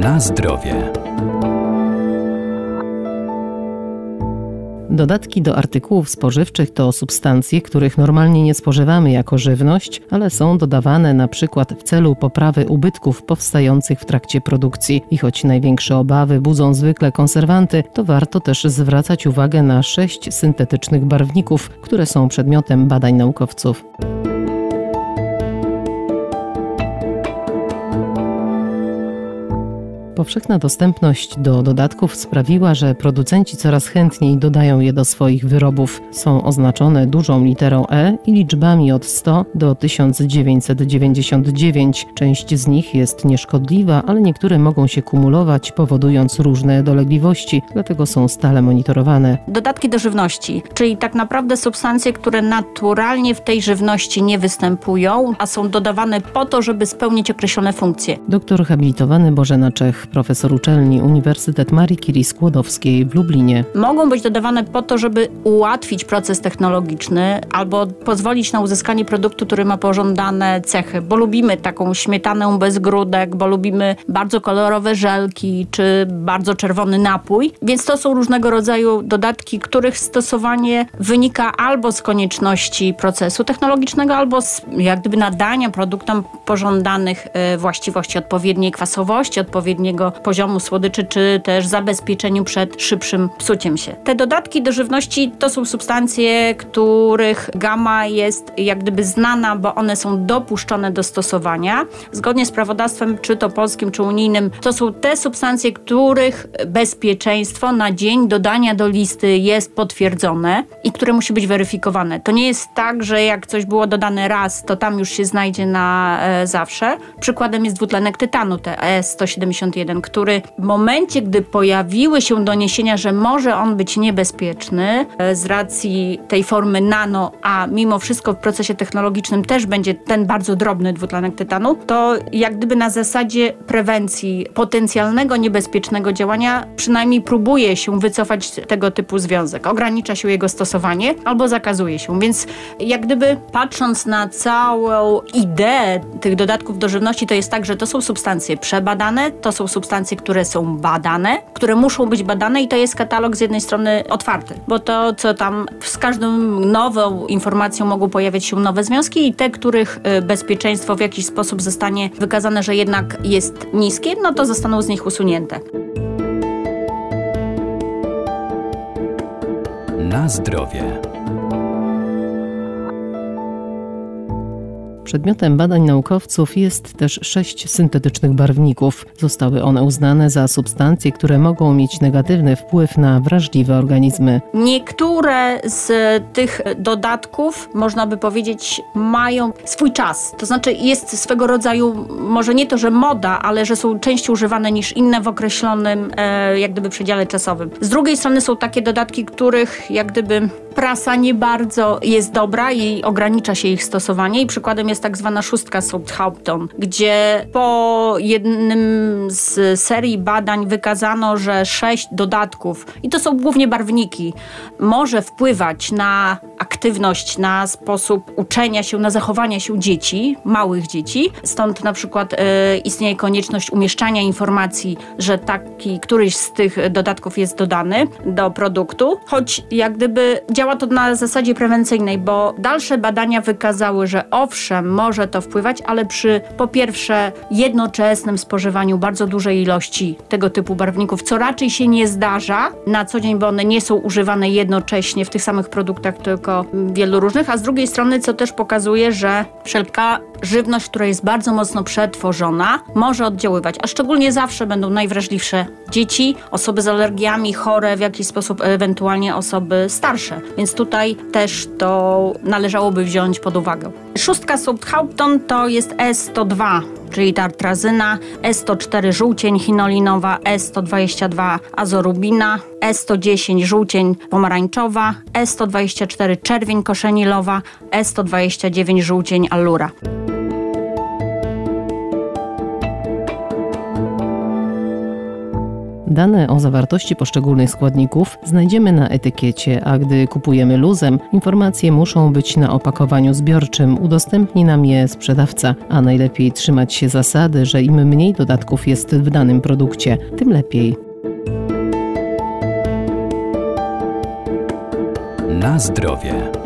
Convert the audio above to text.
Na zdrowie. Dodatki do artykułów spożywczych to substancje, których normalnie nie spożywamy jako żywność, ale są dodawane na przykład w celu poprawy ubytków powstających w trakcie produkcji. I choć największe obawy budzą zwykle konserwanty, to warto też zwracać uwagę na 6 syntetycznych barwników, które są przedmiotem badań naukowców. Powszechna dostępność do dodatków sprawiła, że producenci coraz chętniej dodają je do swoich wyrobów. Są oznaczone dużą literą E i liczbami od 100 do 1999. Część z nich jest nieszkodliwa, ale niektóre mogą się kumulować, powodując różne dolegliwości, dlatego są stale monitorowane. Dodatki do żywności, czyli tak naprawdę substancje, które naturalnie w tej żywności nie występują, a są dodawane po to, żeby spełnić określone funkcje. Doktor habilitowany Bożena Czech, profesor uczelni Uniwersytet Marii Curie Skłodowskiej w Lublinie. Mogą być dodawane po to, żeby ułatwić proces technologiczny albo pozwolić na uzyskanie produktu, który ma pożądane cechy, bo lubimy taką śmietanę bez grudek, bo lubimy bardzo kolorowe żelki czy bardzo czerwony napój, więc to są różnego rodzaju dodatki, których stosowanie wynika albo z konieczności procesu technologicznego, albo z jak gdyby nadania produktom pożądanych właściwości, odpowiedniej kwasowości, odpowiedniego poziomu słodyczy, czy też zabezpieczeniu przed szybszym psuciem się. Te dodatki do żywności to są substancje, których gama jest jak gdyby znana, bo one są dopuszczone do stosowania. Zgodnie z prawodawstwem, czy to polskim, czy unijnym, to są te substancje, których bezpieczeństwo na dzień dodania do listy jest potwierdzone i które musi być weryfikowane. To nie jest tak, że jak coś było dodane raz, to tam już się znajdzie na zawsze. Przykładem jest dwutlenek tytanu, TE-171, który w momencie, gdy pojawiły się doniesienia, że może on być niebezpieczny z racji tej formy nano, a mimo wszystko w procesie technologicznym też będzie ten bardzo drobny dwutlenek tytanu, to jak gdyby na zasadzie prewencji potencjalnego niebezpiecznego działania przynajmniej próbuje się wycofać tego typu związek. Ogranicza się jego stosowanie albo zakazuje się. Więc jak gdyby patrząc na całą ideę tych dodatków do żywności, to jest tak, że to są substancje przebadane, to są substancje, które są badane, które muszą być badane i to jest katalog z jednej strony otwarty, bo to, co tam z każdą nową informacją mogą pojawiać się nowe związki i te, których bezpieczeństwo w jakiś sposób zostanie wykazane, że jednak jest niskie, no to zostaną z nich usunięte. Na zdrowie. Przedmiotem badań naukowców jest też 6 syntetycznych barwników. Zostały one uznane za substancje, które mogą mieć negatywny wpływ na wrażliwe organizmy. Niektóre z tych dodatków, można by powiedzieć, mają swój czas. To znaczy jest swego rodzaju, może nie to, że moda, ale że są częściej używane niż inne w określonym jak gdyby przedziale czasowym. Z drugiej strony są takie dodatki, których jak gdyby prasa nie bardzo jest dobra i ogranicza się ich stosowanie i przykładem jest tak zwana szóstka Southampton, gdzie po jednym z serii badań wykazano, że 6 dodatków, i to są głównie barwniki, może wpływać na aktywność, na sposób uczenia się, na zachowanie się dzieci, małych dzieci. Stąd na przykład istnieje konieczność umieszczania informacji, że taki któryś z tych dodatków jest dodany do produktu, choć jak gdyby działa to na zasadzie prewencyjnej, bo dalsze badania wykazały, że owszem, może to wpływać, ale przy po pierwsze jednoczesnym spożywaniu bardzo dużej ilości tego typu barwników, co raczej się nie zdarza na co dzień, bo one nie są używane jednocześnie w tych samych produktach, tylko wielu różnych, a z drugiej strony, co też pokazuje, że wszelka żywność, która jest bardzo mocno przetworzona, może oddziaływać, a szczególnie zawsze będą najwrażliwsze dzieci, osoby z alergiami, chore w jakiś sposób, ewentualnie osoby starsze. Więc tutaj też to należałoby wziąć pod uwagę. Szóstka Southampton to jest E102, czyli tartrazyna, E104 żółcień chinolinowa, E122 azorubina, E110 żółcień pomarańczowa, E124 czerwień koszenilowa, E129 żółcień allura. Dane o zawartości poszczególnych składników znajdziemy na etykiecie, a gdy kupujemy luzem, informacje muszą być na opakowaniu zbiorczym, udostępni nam je sprzedawca, a najlepiej trzymać się zasady, że im mniej dodatków jest w danym produkcie, tym lepiej. Na zdrowie.